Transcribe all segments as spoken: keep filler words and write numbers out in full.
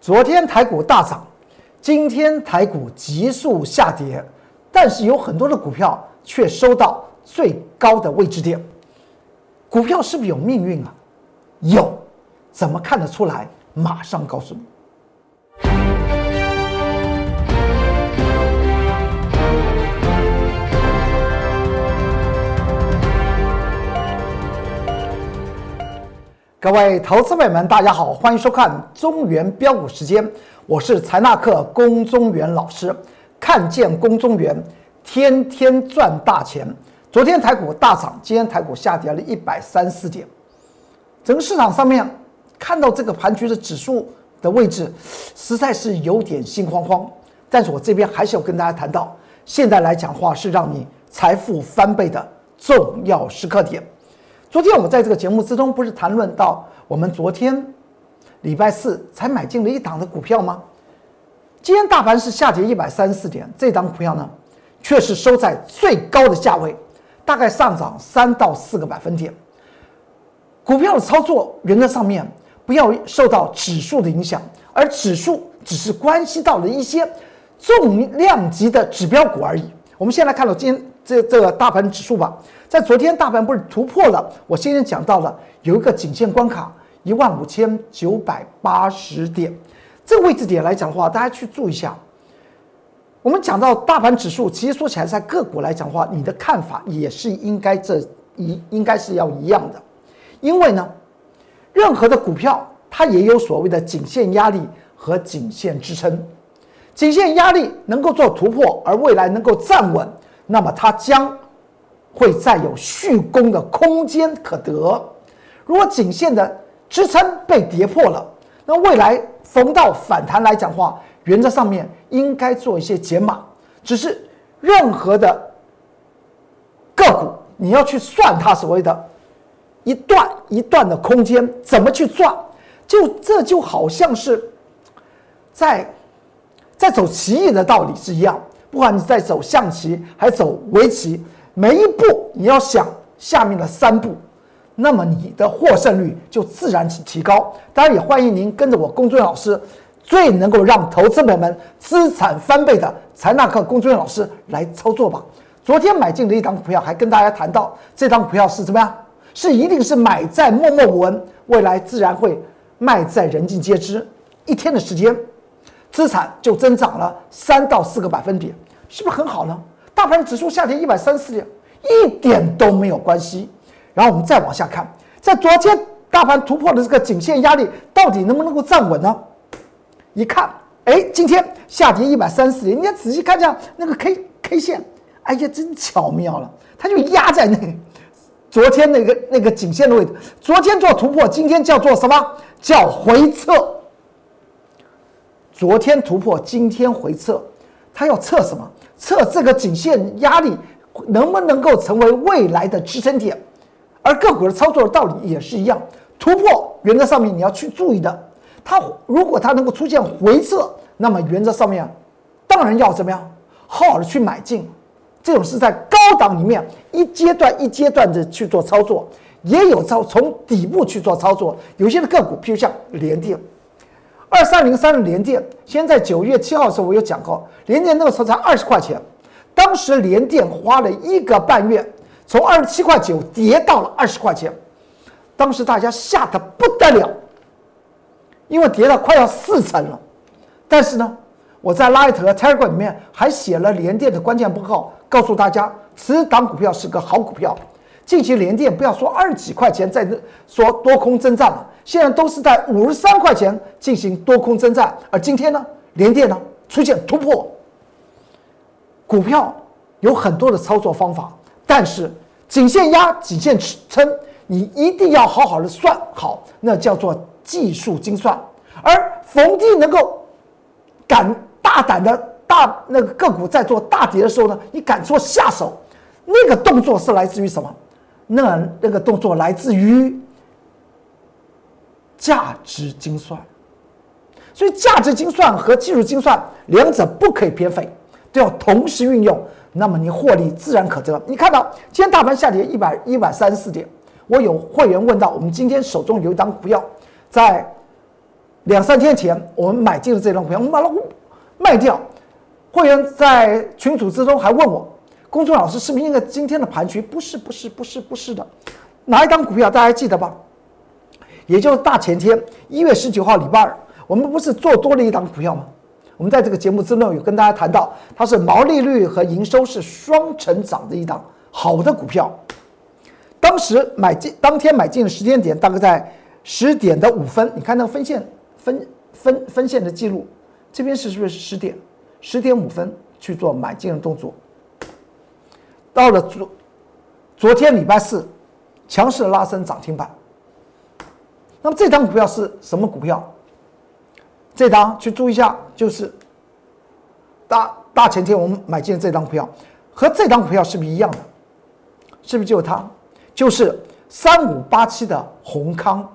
昨天台股大涨，今天台股急速下跌，但是有很多的股票却收到最高的位置点。股票是不是有命运啊？有，怎么看得出来？马上告诉你。各位投资朋友们，大家好，欢迎收看中原标股时间，我是财纳克龚中原老师。看见龚中原，天天赚大钱。昨天台股大涨，今天台股下跌了一百三十四点。整个市场上面看到这个盘局的指数的位置，实在是有点心慌慌。但是我这边还是要跟大家谈到，现在来讲话是让你财富翻倍的重要时刻点。昨天我们在这个节目之中不是谈论到我们昨天礼拜四才买进了一档的股票吗？今天大盘是下跌一百三十四点，这档股票呢却是收在最高的价位，大概上涨三到四个百分点。股票的操作原则上面不要受到指数的影响，而指数只是关系到了一些重量级的指标股而已。我们先来看到今天这这个大盘指数吧。在昨天大盘不是突破了，我先前讲到了有一个颈线关卡一万五千九百八十点，这个位置点来讲的话，大家去注意一下。我们讲到大盘指数，其实说起来在个股来讲的话，你的看法也是应该这一应该是要一样的，因为呢，任何的股票它也有所谓的颈线压力和颈线支撑，颈线压力能够做突破，而未来能够站稳，那么它将会再有续攻的空间可得。如果颈线的支撑被跌破了，那未来逢到反弹来讲的话，原则上面应该做一些减码。只是任何的个股，你要去算它所谓的一段一段的空间怎么去赚，就这就好像是在在走棋艺的道理是一样。不管你在走象棋还是走围棋，每一步你要想下面的三步，那么你的获胜率就自然提高。当然也欢迎您跟着我龚中原老师，最能够让投资者们资产翻倍的财纳克龚中原老师来操作吧。昨天买进的一档股票，还跟大家谈到这档股票是怎么样，是一定是买在默默无闻，未来自然会卖在人尽皆知。一天的时间，资产就增长了三到四个百分点，是不是很好呢？大盘指数下跌一百三十四点，一点都没有关系。然后我们再往下看，在昨天大盘突破的这个颈线压力，到底能不能够站稳呢？一看，哎，今天下跌一百三十四点，你看仔细看一下那个 K K 线，哎呀，真巧妙了，它就压在那个昨天那个那个颈线的位置。昨天做突破，今天叫做什么？叫回撤。昨天突破，今天回撤，它要测什么？测这个颈线压力能不能够成为未来的支撑点。而个股的操作的道理也是一样，突破原则上面你要去注意的，它如果它能够出现回撤，那么原则上面当然要怎么样，好好的去买进。这种是在高档里面一阶段一阶段的去做操作，也有操从底部去做操作。有些的个股，譬如像联电二三零三的联电，现在九月七号的时候我有讲过，联电那个时候才二十块钱，当时联电花了一个半月，从二十七块九跌到了二十块钱，当时大家吓得不得了，因为跌到快要四成了。但是呢，我在 Light 和 Telegram 里面还写了联电的关键报告，告诉大家此档股票是个好股票。近期联电不要说二十几块钱在说多空征战了，现在都是在五十三块钱进行多空征战。而今天呢，联电呢出现突破。股票有很多的操作方法，但是颈线压、颈线撑，你一定要好好的算好，那叫做技术精算。而逢低能够敢大胆的大那个个股在做大跌的时候呢，你敢做下手，那个动作是来自于什么？那那个动作来自于价值精算。所以价值精算和技术精算两者不可以偏废，都要同时运用，那么你获利自然可得。你看到今天大盘下跌一百一百三十四点，我有会员问到，我们今天手中有一档股票，在两三天前我们买进了这张股票，我们把它卖掉。会员在群组之中还问我，公众老师是不是因为今天的盘局？不是，不是，不是，不是的。哪一档股票大家还记得吧？也就是大前天一月十九号礼拜二，我们不是做多了一档股票吗？我们在这个节目之中有跟大家谈到，它是毛利率和营收是双成长的一档好的股票。当时买进，当天买进的时间点大概在十点的五分，你看那个分线分分分线的记录，这边是是不是十点？十点五分去做买进的动作。到了昨昨天礼拜四，强势拉升涨停板。那么这档股票是什么股票？这档去注意一下，就是大大前天我们买进的这档股票，和这档股票是不是一样的？是不是就是它？就是三五八七的宏康。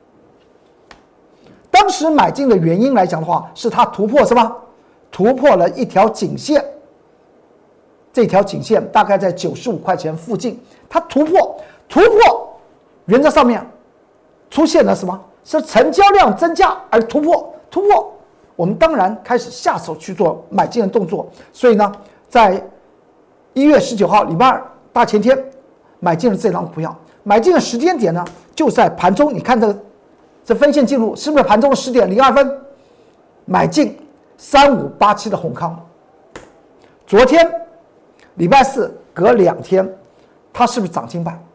当时买进的原因来讲的话，是它突破什么？突破了一条颈线，这条颈线大概在九十五块钱附近，它突破，突破，原则上面出现了什么？是成交量增加而突破，突破，我们当然开始下手去做买进的动作。所以呢，在一月十九号礼拜二大前天买进了这张股票，买进的时间点呢就在盘中，你看这个这分线记录是不是盘中十点零二分买进？三五八七的宏康，昨天礼拜四隔两天，它是不是涨停板？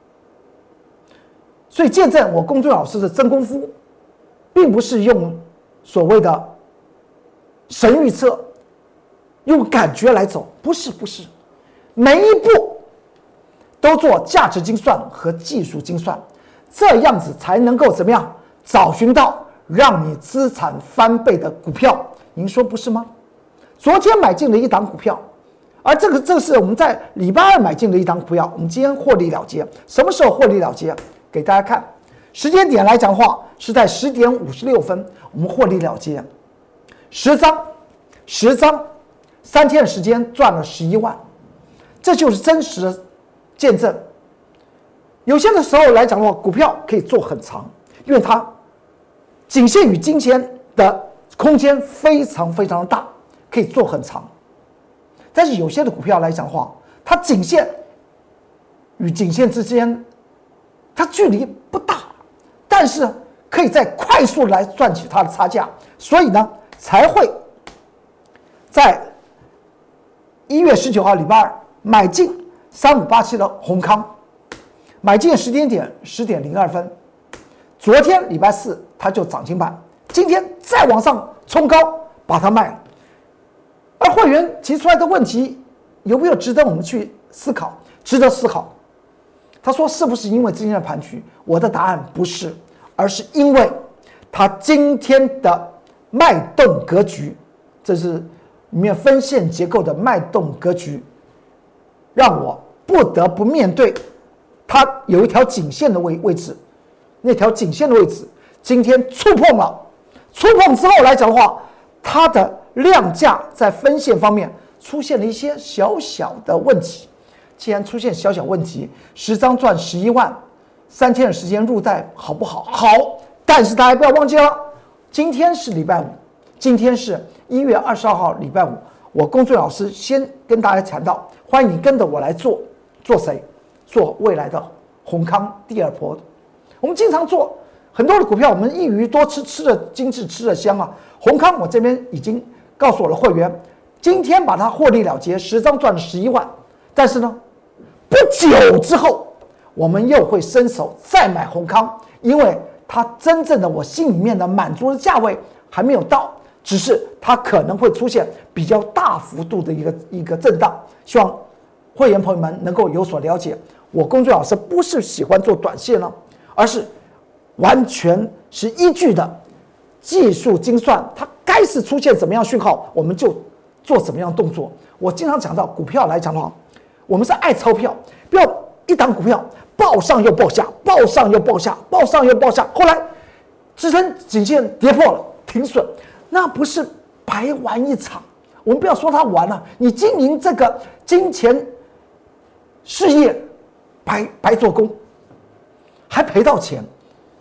所以见证我公众老师的真功夫，并不是用所谓的神预测，用感觉来走，不是不是，每一步都做价值精算和技术精算，这样子才能够怎么样找寻到让你资产翻倍的股票。您说不是吗？昨天买进了一档股票，而这个这是我们在礼拜二买进的一档股票，我们今天获利了结。什么时候获利了结？给大家看，时间点来讲的话，是在十点五十六分，我们获利了结，十张，十张，三天的时间赚了十一万，这就是真实的见证。有些的时候来讲的话，股票可以做很长，因为它仅限于金钱的空间非常非常的大，可以做很长。但是有些的股票来讲的话，它颈线与颈线之间，它距离不大，但是可以在快速来赚取它的差价，所以呢，才会在一月十九号礼拜二买进三五八七的宏康，买进的时间点十点零二分，昨天礼拜四它就涨停板。今天再往上冲高，把它卖了。而会员提出来的问题，有没有值得我们去思考？值得思考。他说：“是不是因为今天的盘局？”我的答案不是，而是因为他今天的脉动格局，这是里面分线结构的脉动格局，让我不得不面对它有一条颈线的位位置，那条颈线的位置今天触碰了。触碰之后来讲的话，它的量价在分线方面出现了一些小小的问题。既然出现小小问题，十张赚十一万，三天的时间入袋好不好？好，但是大家不要忘记了，今天是礼拜五，今天是一月二十二号礼拜五。我公众老师先跟大家谈到，欢迎你跟着我来做，做谁？做未来的宏康第二波。我们经常做。很多的股票，我们一鱼多吃，吃的精致，吃的香啊！宏康，我这边已经告诉我的会员，今天把它获利了结，十张赚了十一万。但是呢，不久之后，我们又会伸手再买宏康，因为它真正的我心里面的满足的价位还没有到，只是它可能会出现比较大幅度的一个一个震荡。希望会员朋友们能够有所了解。我公众老师不是喜欢做短线了，而是完全是依据的技术精算，它该是出现怎么样讯号，我们就做怎么样动作。我经常讲到股票来讲的话，我们是爱钞票，不要一档股票爆上又爆下，爆上又爆下，爆上又爆下，后来支撑颈线跌破了，停损，那不是白玩一场。我们不要说它完了，你经营这个金钱事业白白做工，还赔到钱。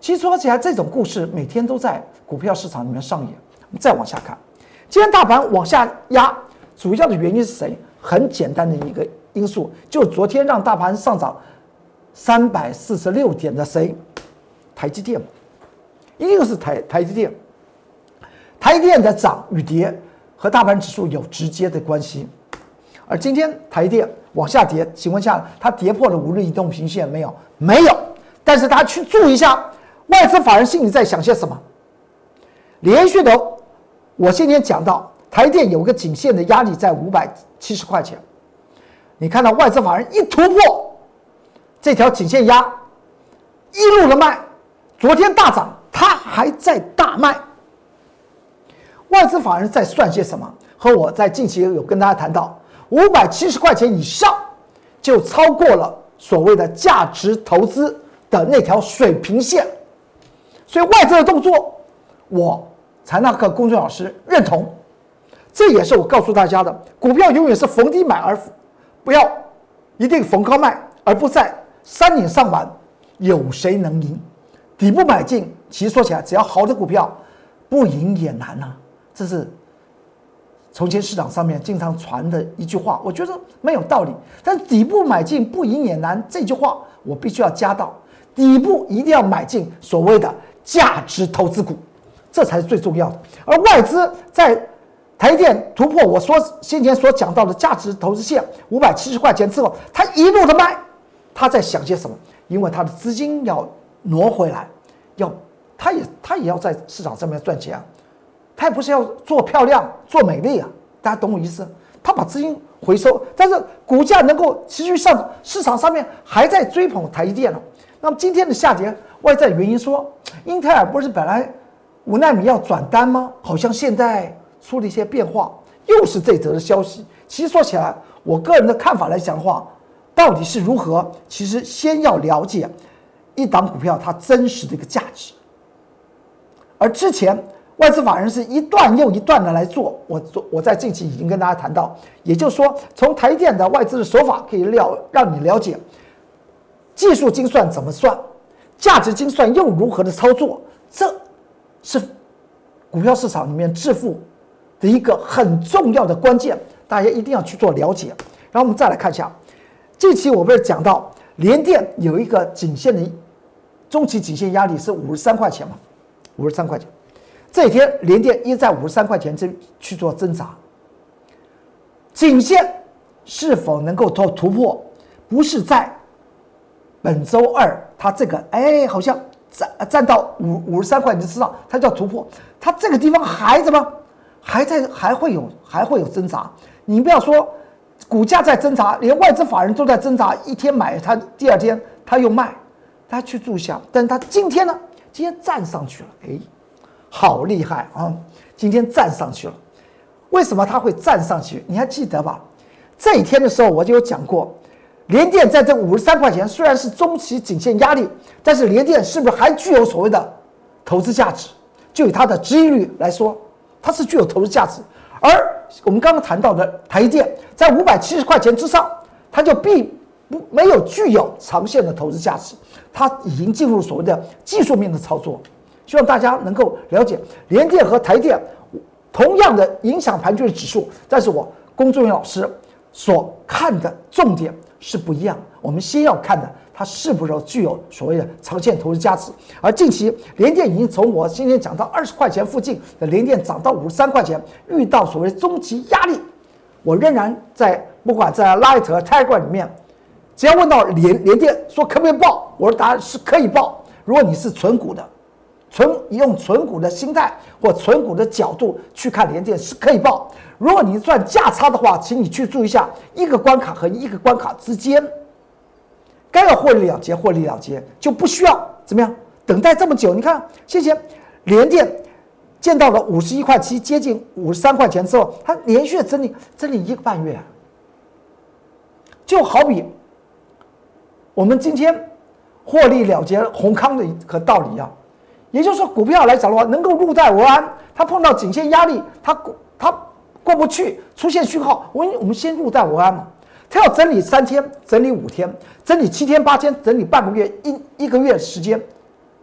其实说起来，这种故事每天都在股票市场里面上演。我们再往下看，今天大盘往下压，主要的原因是谁？很简单的一个因素，就昨天让大盘上涨三百四十六点的谁？台积电，一定是台台积电。台积电的涨与跌和大盘指数有直接的关系。而今天台积电往下跌，请问下它跌破了五日移动平线没有？没有。但是大家去注意一下，外资法人心里在想些什么？连续的，我今天讲到台积电有个颈线的压力在五百七十块钱，你看到外资法人一突破这条颈线压，一路的卖，昨天大涨，它还在大卖。外资法人在算些什么？和我在近期有跟大家谈到，五百七十块钱以上就超过了所谓的价值投资的那条水平线，所以外资的动作，我财纳克公众老师认同。这也是我告诉大家的，股票永远是逢低买而不要一定逢高卖，而不在山顶上玩，有谁能赢？底部买进，其实说起来，只要好的股票，不赢也难啊。这是从前市场上面经常传的一句话，我觉得没有道理。但是底部买进不赢也难这句话，我必须要加到底部一定要买进所谓的价值投资股，这才是最重要的。而外资在台积电突破我说先前所讲到的价值投资线五百七十块钱之后，它一路的卖，他在想些什么？因为他的资金要挪回来，要他也他也要在市场上面赚钱啊。他也不是要做漂亮、做美丽啊，大家懂我意思？他把资金回收，但是股价能够持续上涨，市场上面还在追捧台积电了。那么今天的下跌，外在原因说，英特尔不是本来五奈米要转单吗？好像现在出了一些变化，又是这则的消息。其实说起来，我个人的看法来讲的话，到底是如何？其实先要了解一档股票它真实的一个价值，而之前。外资法人是一段又一段的来做，我我在近期已经跟大家谈到，也就是说，从台积电的外资的手法可以了让你了解技术精算怎么算，价值精算又如何的操作，这是股票市场里面致富的一个很重要的关键，大家一定要去做了解。然后我们再来看一下，近期我不是讲到联电有一个颈线的中期颈线压力是五十三块钱嘛，五十三块钱。这一天联电一在五十三块钱去做挣扎，颈线是否能够突突破？不是在本周二，它这个哎好像站站到五五十三块钱之上，它叫突破。它这个地方还怎么还在还会有还会有挣扎？你不要说股价在挣扎，连外资法人都在挣扎，一天买它，第二天它又卖，大家去注意一下。但是它今天呢？今天站上去了，哎。好厉害啊！今天站上去了，为什么它会站上去？你还记得吧？这一天的时候我就有讲过，联电在这五十三块钱虽然是中期颈线压力，但是联电是不是还具有所谓的投资价值？就以它的殖利率来说，它是具有投资价值。而我们刚刚谈到的台积电在五百七十块钱之上，它就必不没有具有长线的投资价值，它已经进入所谓的技术面的操作。希望大家能够了解联电和台电同样的影响盘踞的指数，但是我龚忠元老师所看的重点是不一样。我们先要看的它是不是具有所谓的长线投资价值。而近期联电已经从我今天讲到二十块钱附近的联电涨到五十三块钱，遇到所谓中期压力，我仍然在不管在 Light 和 Tiger 里面，只要问到联联电说可不可以报，我的答案是可以报。如果你是存股的。纯用纯股的心态或纯股的角度去看联电是可以报。如果你赚价差的话，请你去注意一下一个关卡和一个关卡之间，该要获利了结，获利了结就不需要怎么样等待这么久。你看，谢谢联电见到了五十一块七，接近五十三块钱之后，它连续整理整理一个半月，就好比我们今天获利了结宏康的一个道理一样。也就是说，股票来讲的话，能够入袋为安，它碰到颈线压力，它它过不去，出现讯号，我我们先入袋为安嘛。它要整理三天，整理五天，整理七天八天，整理半个月一一个月时间，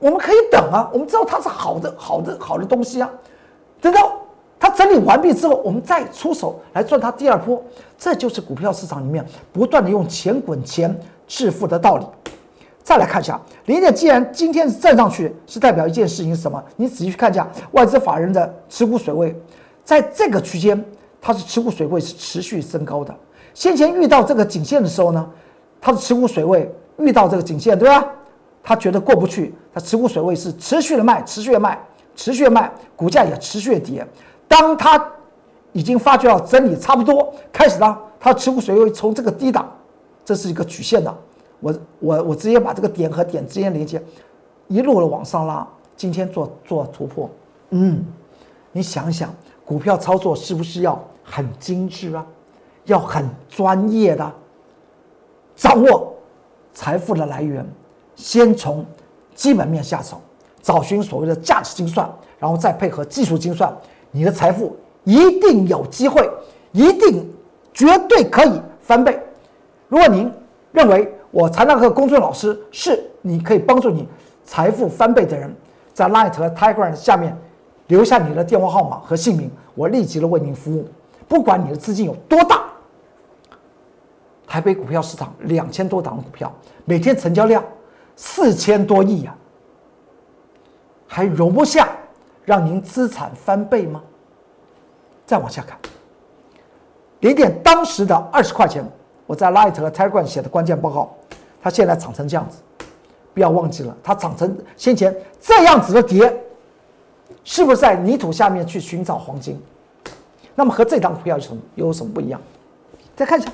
我们可以等啊，我们知道它是好的、好的、好的东西啊。等到它整理完毕之后，我们再出手来赚它第二波。这就是股票市场里面不断的用钱滚钱致富的道理。再来看一下联电，既然今天是站上去，是代表一件事情是什么？你仔细去看一下外资法人的持股水位，在这个区间，它是持股水位是持续升高的。先前遇到这个颈线的时候呢，它的持股水位遇到这个颈线，对吧？他觉得过不去，他持股水位是持续的卖，持续的卖，持续的卖，股价也持续的跌。当他已经发觉到整理差不多，开始呢，他持股水位从这个低档，这是一个曲线的，我我我直接把这个点和点之间连接，一路的往上拉，今天做做突破。嗯，你想想，股票操作是不是要很精致啊？要很专业的掌握财富的来源。先从基本面下手，找寻所谓的价值精算，然后再配合技术精算，你的财富一定有机会，一定绝对可以翻倍。如果您认为我财纳课公众老师是你可以帮助你财富翻倍的人，在 Line 和 Telegram 下面留下你的电话号码和姓名，我立即的为您服务。不管你的资金有多大，台北股票市场两千多档股票，每天成交量四千多亿啊，还容不下让您资产翻倍吗？再往下看，联电当时的二十块钱，我在 Light 和 Telegram 写的关键报告，它现在涨成这样子，不要忘记了，它涨成先前这样子的跌，是不是在泥土下面去寻找黄金？那么和这档股票有什么有什么不一样？再看一下。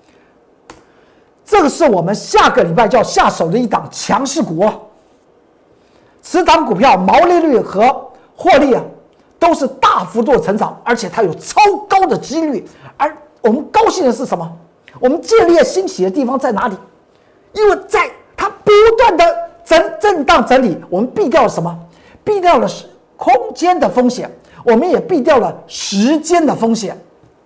这个是我们下个礼拜就要下手的一档强势股哦。此档股票毛利率和获利啊，都是大幅度的成长，而且它有超高的几率。而我们高兴的是什么？我们建立欣喜的地方在哪里？因为在它不断的震震荡整理，我们避掉了什么？避掉了空间的风险，我们也避掉了时间的风险。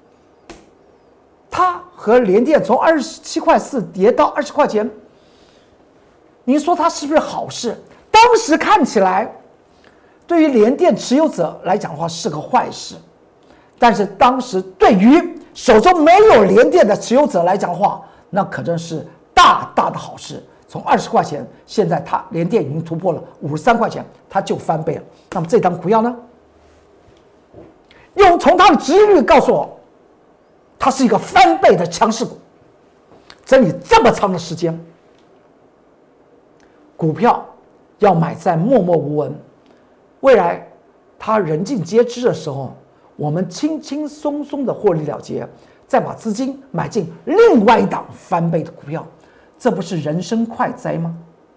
它和联电从二十七块四跌到二十块钱，您说它是不是好事？当时看起来，对于联电持有者来讲的话是个坏事，但是当时对于手中没有联电的持有者来讲的话，那可真是大大的好事。从二十块钱，现在它联电已经突破了五十三块钱，它就翻倍了。那么这档股票呢？用从它的殖利率告诉我。它是一个翻倍的强势股，整理这么长的时间，股票要买在默默无闻，未来它人尽皆知的时候，我们轻轻松松的获利了结，再把资金买进另外一档翻倍的股票，这不是人生快哉吗？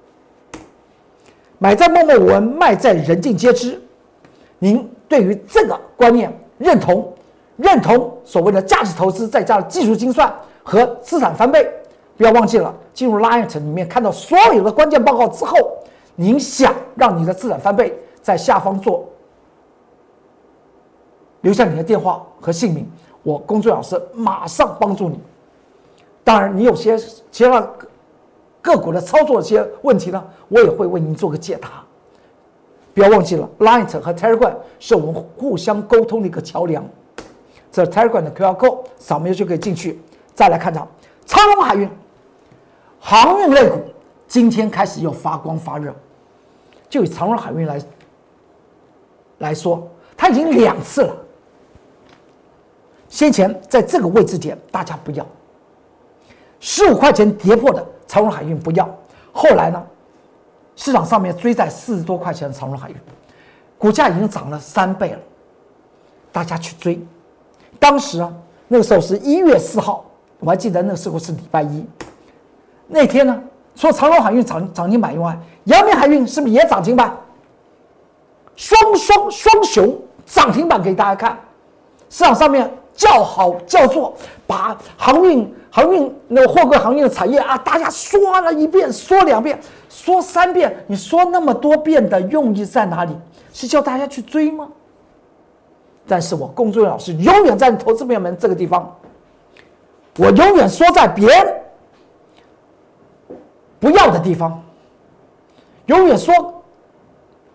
买在默默无闻，卖在人尽皆知，您对于这个观念认同？认同所谓的价值投资，再加上技术精算和资产翻倍，不要忘记了进入 Light 里面看到所有的关键报告之后，您想让你的资产翻倍，在下方做留下你的电话和姓名，我公众老师马上帮助你。当然，你有些其他个股的操作一些问题呢，我也会为您做个解答。不要忘记了 ，Light 和 Telegram 是我们互相沟通的一个桥梁。这 Telegram 的 Q R code 扫描就可以进去。再来看到长荣海运，航运类股今天开始又发光发热。就以长荣海运来来说，它已经两次了。先前在这个位置点大家不要，十五块钱跌破的长荣海运不要。后来呢，市场上面追在四十多块钱的长荣海运，股价已经涨了三倍了，大家去追。当时啊，那个时候是一月四号，我还记得那个时候是礼拜一。那天呢，除了长荣海运涨涨停板以外，阳明海运是不是也涨停板？双双双雄涨停板给大家看，市场上面叫好叫座，把航运航运那个货柜航运的产业啊，大家说了一遍，说两遍，说三遍，你说那么多遍的用意在哪里？是叫大家去追吗？但是我龚俊老师永远在投资朋友们这个地方，我永远说在别人不要的地方，永远说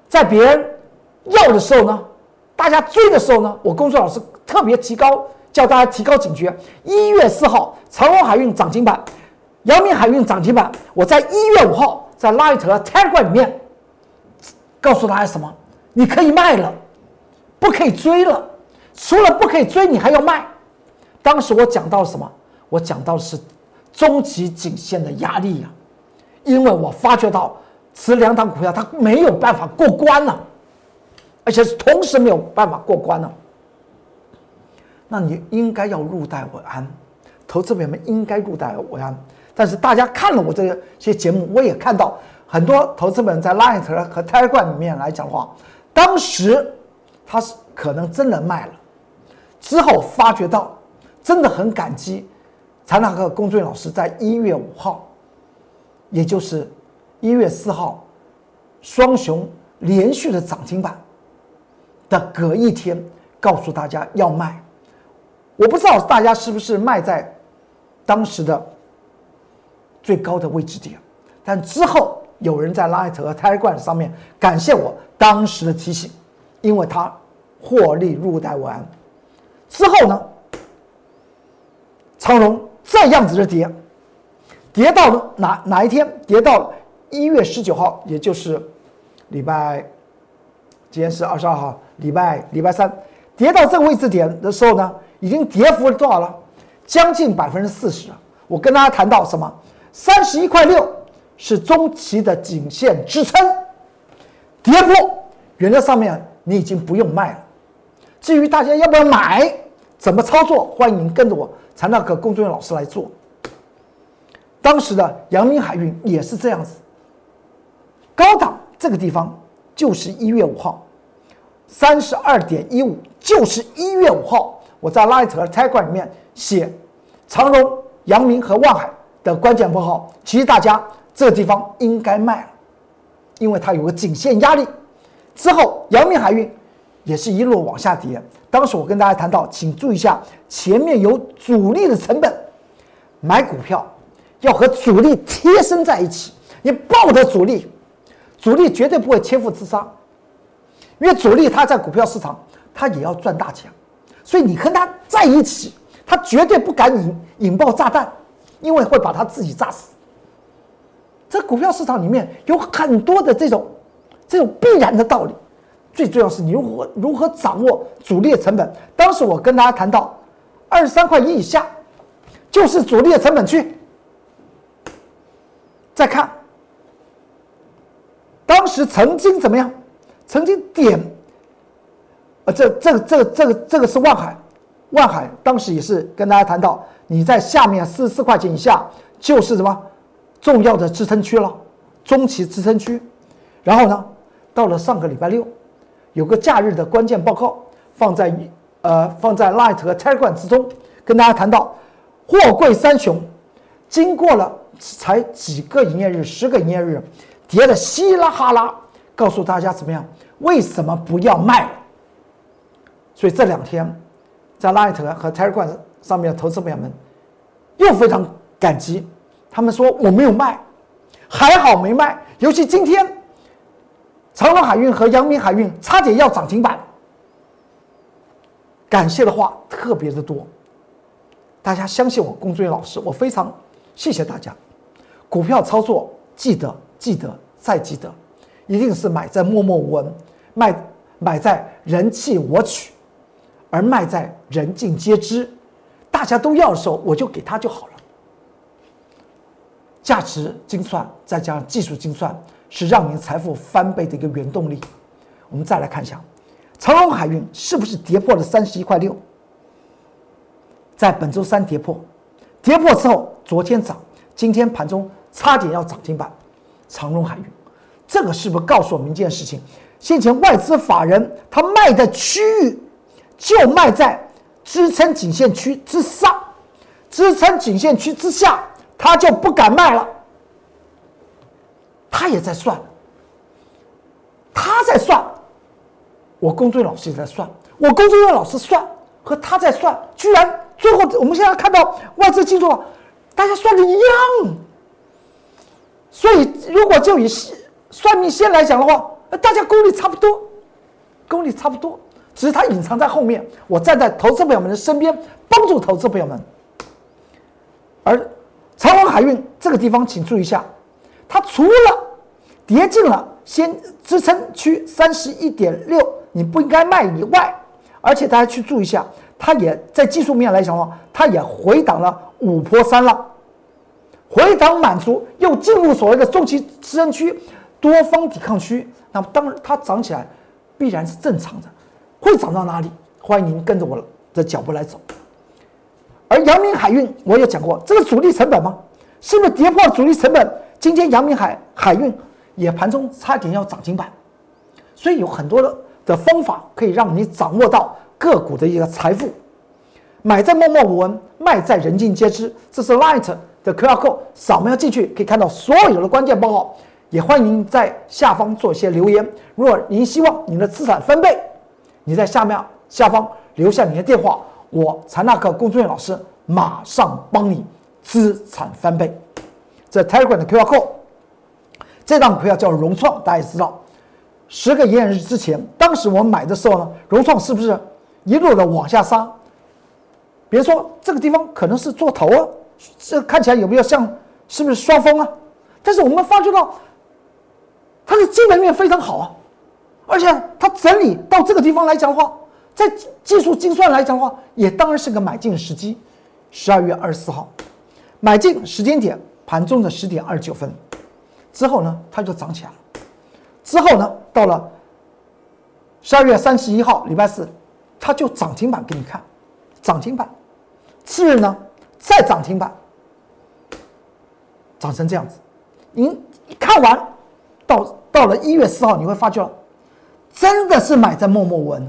在别人要的时候呢，大家追的时候呢，我公孙老师特别提高，叫大家提高警觉。一月四号，长荣海运涨停板，阳明海运涨停板。我在一月五号在 Light 和 Telegram 里面告诉大家什么？你可以卖了，不可以追了。除了不可以追，你还要卖。当时我讲到了什么？我讲到的是中期颈线的压力呀、啊，因为我发觉到此两档股票它没有办法过关了、啊，而且是同时没有办法过关了、啊。那你应该要入袋为安，投资朋友们应该入袋为安。但是大家看了我这些节目，我也看到很多投资人在 Line 和 Telegram 里面来讲的话，当时他是可能真的卖了，之后发觉到真的很感激财纳克龚俊老师在一月五号，也就是一月四号，双雄连续的涨停板的隔一天，告诉大家要卖。我不知道大家是不是卖在当时的最高的位置点，但之后有人在 Light 和 Telegram 上面感谢我当时的提醒，因为他获利入袋为安。之后呢，长荣这样子的跌，跌到哪哪一天？跌到一月十九号，也就是礼拜，今天是二十二号，礼拜礼拜三，跌到这个位置点的时候呢，已经跌幅多少了？将近百分之四十。我跟大家谈到什么？三十一块六是中期的颈线支撑，跌破，原则上面你已经不用卖了。至于大家要不要买，怎么操作，欢迎跟着我财纳克龚俊老师来做。当时的阳明海运也是这样子，高档这个地方就是一月五号，三十二点一五就是一月五号，我在 Light 和 Telegram 里面写长荣、阳明和万海的关键符号，其实大家这个地方应该卖了，因为它有个颈线压力。之后阳明海运也是一路往下跌。当时我跟大家谈到，请注意一下，前面有主力的成本，买股票要和主力贴身在一起，你抱着主力，主力绝对不会切腹自杀，因为主力他在股票市场他也要赚大钱，所以你跟他在一起，他绝对不敢引引爆炸弹，因为会把他自己炸死。这股票市场里面有很多的这种这种必然的道理，最重要是你如何如何掌握主力的成本。当时我跟大家谈到，二十三块一以下就是主力的成本区。再看，当时曾经怎么样？曾经点，呃，这这个这个这个这个是万海，万海当时也是跟大家谈到，你在下面四十四块钱以下就是什么重要的支撑区了，中期支撑区。然后呢，到了上个礼拜六，有个假日的关键报告放在呃放在 Light 和 Telegram 之中，跟大家谈到，货柜三雄经过了才几个营业日，十个营业日，跌得稀拉哈拉，告诉大家怎么样？为什么不要卖了？所以这两天，在 Light 和 Telegram 上面的投资朋友们又非常感激，他们说我没有卖，还好没卖。尤其今天，长荣海运和阳明海运差点要涨停板，感谢的话特别的多。大家相信我，龚俊老师，我非常谢谢大家。股票操作记得记得再记得，一定是买在默默无闻，卖买在人弃我取，而卖在人尽皆知。大家都要的时候，我就给他就好了。价值精算再加上技术精算，是让您财富翻倍的一个原动力。我们再来看一下，长荣海运是不是跌破了三十一块六？在本周三跌破，跌破之后，昨天涨，今天盘中差点要涨停板。长荣海运，这个是不是告诉我们一件事情？先前外资法人他卖的区域，就卖在支撑颈线区之上，支撑颈线区之下，他就不敢卖了。他也在算，他在算，我龚俊老师也在算，我龚俊老师算和他在算，居然最后我们现在看到外资进入，大家算的一样。所以如果就以算命线来讲的话， 大家功力差不多，功力差不多，只是它隐藏在后面。我站在投资朋友们的身边，帮助投资朋友们。而长荣海运这个地方，请注意一下，它除了跌进了先支撑区三十一点六，你不应该卖以外，而且大家去注意一下，它也在技术面来讲的话，它也回档了五波三浪，回档满足，又进入所谓的中期支撑区、多方抵抗区。那么当然它涨起来必然是正常的，会涨到哪里？欢迎您跟着我的脚步来走。而阳明海运我有讲过，这个主力成本吗？是不是跌破主力成本？今天阳明海海运也盘中差点要涨停板，所以有很多的的方法可以让你掌握到个股的一个财富。买在默默无闻，卖在人尽皆知。这是 Light 的 Q R code， 扫描进去可以看到所有的关键报告。也欢迎您在下方做一些留言。如果您希望您的资产翻倍，你在下面下方留下你的电话，我财纳克龚宗远老师马上帮你资产翻倍。这 Telegram 的 Q R code， 这档股票叫融创，大家也知道，十个营业日之前，当时我们买的时候呢，融创是不是一路的往下杀？别说这个地方可能是做头啊，这看起来有没有像是不是双峰啊？但是我们发觉到它的基本面非常好啊，而且它整理到这个地方来讲的话，在技术精算来讲的话，也当然是个买进的时机。十二月二十四号买进时间点，盘中的十点二十九分之后呢，它就涨起来了。之后呢，到了十二月三十一号礼拜四，它就涨停板给你看，涨停板。次日呢，再涨停板，涨成这样子。您一看完，到到了一月四号，你会发觉，真的是买在默默无闻。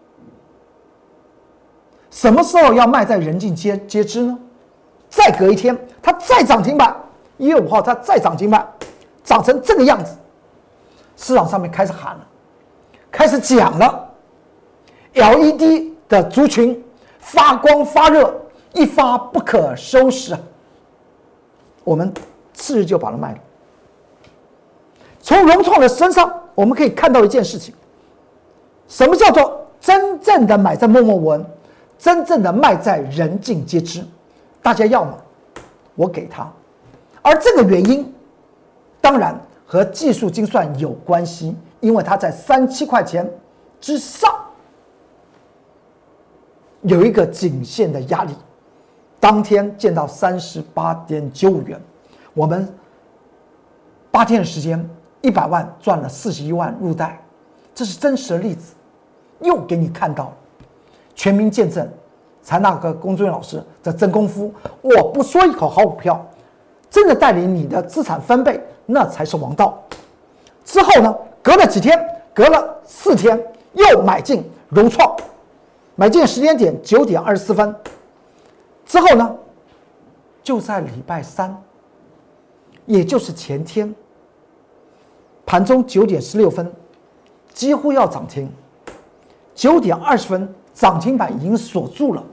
什么时候要卖在人尽皆皆知呢？再隔一天，它再涨停板，一月五号它再涨停板，涨成这个样子，市场上面开始喊了，开始讲了 ，L E D 的族群发光发热，一发不可收拾啊！我们次日就把它卖了。从融创的身上，我们可以看到一件事情：什么叫做真正的买在默默无闻，真正的卖在人尽皆知？大家要吗？我给他。而这个原因，当然和技术精算有关系，因为它在三七块钱之上有一个颈线的压力，当天见到三十八点九五元，我们八天的时间，一百万赚了四十一万入袋，这是真实的例子，又给你看到了，全民见证财纳克龚宗远老师的真功夫。我不说一口好股票，真的带领你的资产翻倍，那才是王道。之后呢，隔了几天，隔了四天，又买进融创，买进时间点九点二十四分。之后呢，就在礼拜三，也就是前天，盘中九点十六分，几乎要涨停，九点二十分涨停板已经锁住了。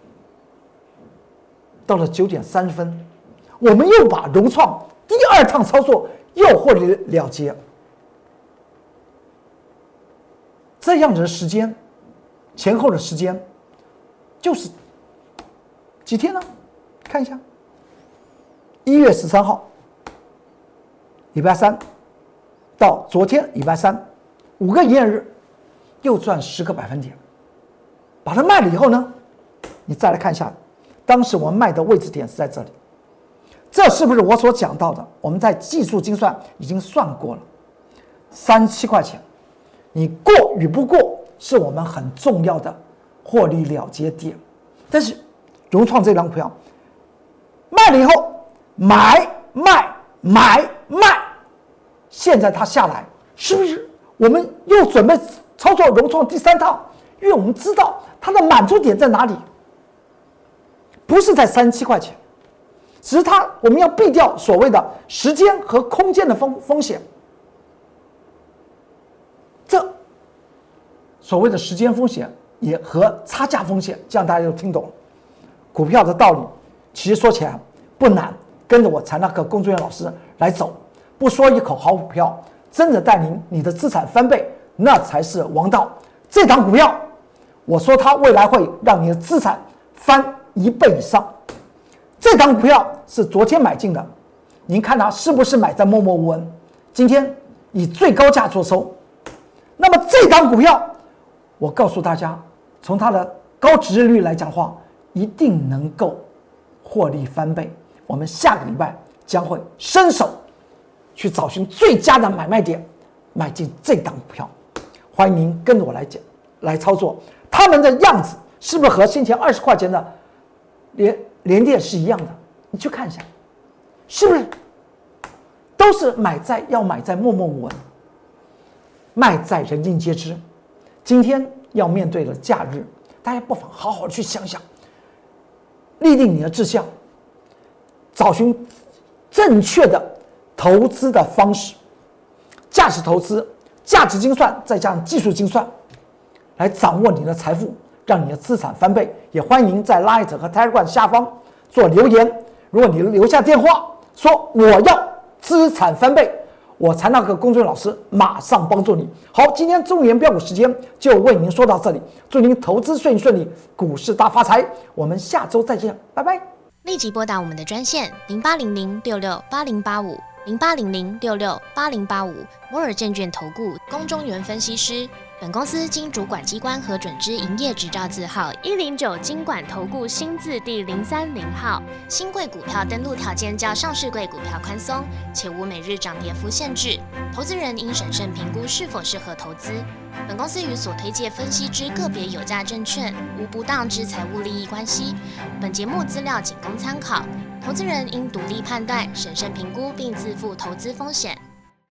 到了九点三十分，我们又把融创第二趟操作又获利了结。这样子的时间，前后的时间，就是几天呢？看一下，一月十三号，礼拜三，到昨天礼拜三，五个营业日，又赚十个百分点。把它卖了以后呢，你再来看一下，当时我们卖的位置点是在这里，这是不是我所讲到的？我们在技术精算已经算过了，三七块钱，你过与不过是我们很重要的获利了结点。但是融创这张股票卖了以后，买卖买卖，现在它下来，是不是我们又准备操作融创第三套？因为我们知道它的满足点在哪里，不是在三十七块钱，只是它我们要避掉所谓的时间和空间的风风险。这所谓的时间风险也和差价风险，这样大家就听懂了。股票的道理其实说起来不难，跟着我财纳克龚宗远老师来走，不说一口好股票， 真的带领你的资产翻倍，那才是王道。这档股票，我说它未来会让你的资产翻一倍以上。这档股票是昨天买进的，您看它是不是买在默默无闻？今天以最高价做收。那么这档股票，我告诉大家，从它的高殖利率来讲的话，一定能够获利翻倍。我们下个礼拜将会伸手去找寻最佳的买卖点，买进这档股票。欢迎您跟着我来讲来操作。他们的样子是不是和先前二十块钱的联联电是一样的？你去看一下，是不是都是买在要买在默默无闻，卖在人尽皆知？今天要面对的假日，大家不妨好好去想想，立定你的志向，找寻正确的投资的方式，价值投资、价值精算，再加上技术精算，来掌握你的财富，让你的资产翻倍。也欢迎您在 Line 和 Telegram 下方做留言。如果你留下电话说我要资产翻倍，我才那个公众老师马上帮助你。好，今天中原标股时间就为您说到这里，祝您投资顺顺利，股市大发财。我们下周再见，拜拜。 立即拨打我们的专线零八零零六六八零八五零八零零六六八零八五摩尔证券投顾龚中原分析师。本公司经主管机关核准之营业执照字号一零九金管投顾新字第零三零号。新贵股票登录条件较上市贵股票宽松，且无每日涨跌幅限制。投资人应审慎评估是否适合投资。本公司与所推介分析之个别有价证券无不当之财务利益关系。本节目资料仅供参考，投资人应独立判断、审慎评估并自负投资风险。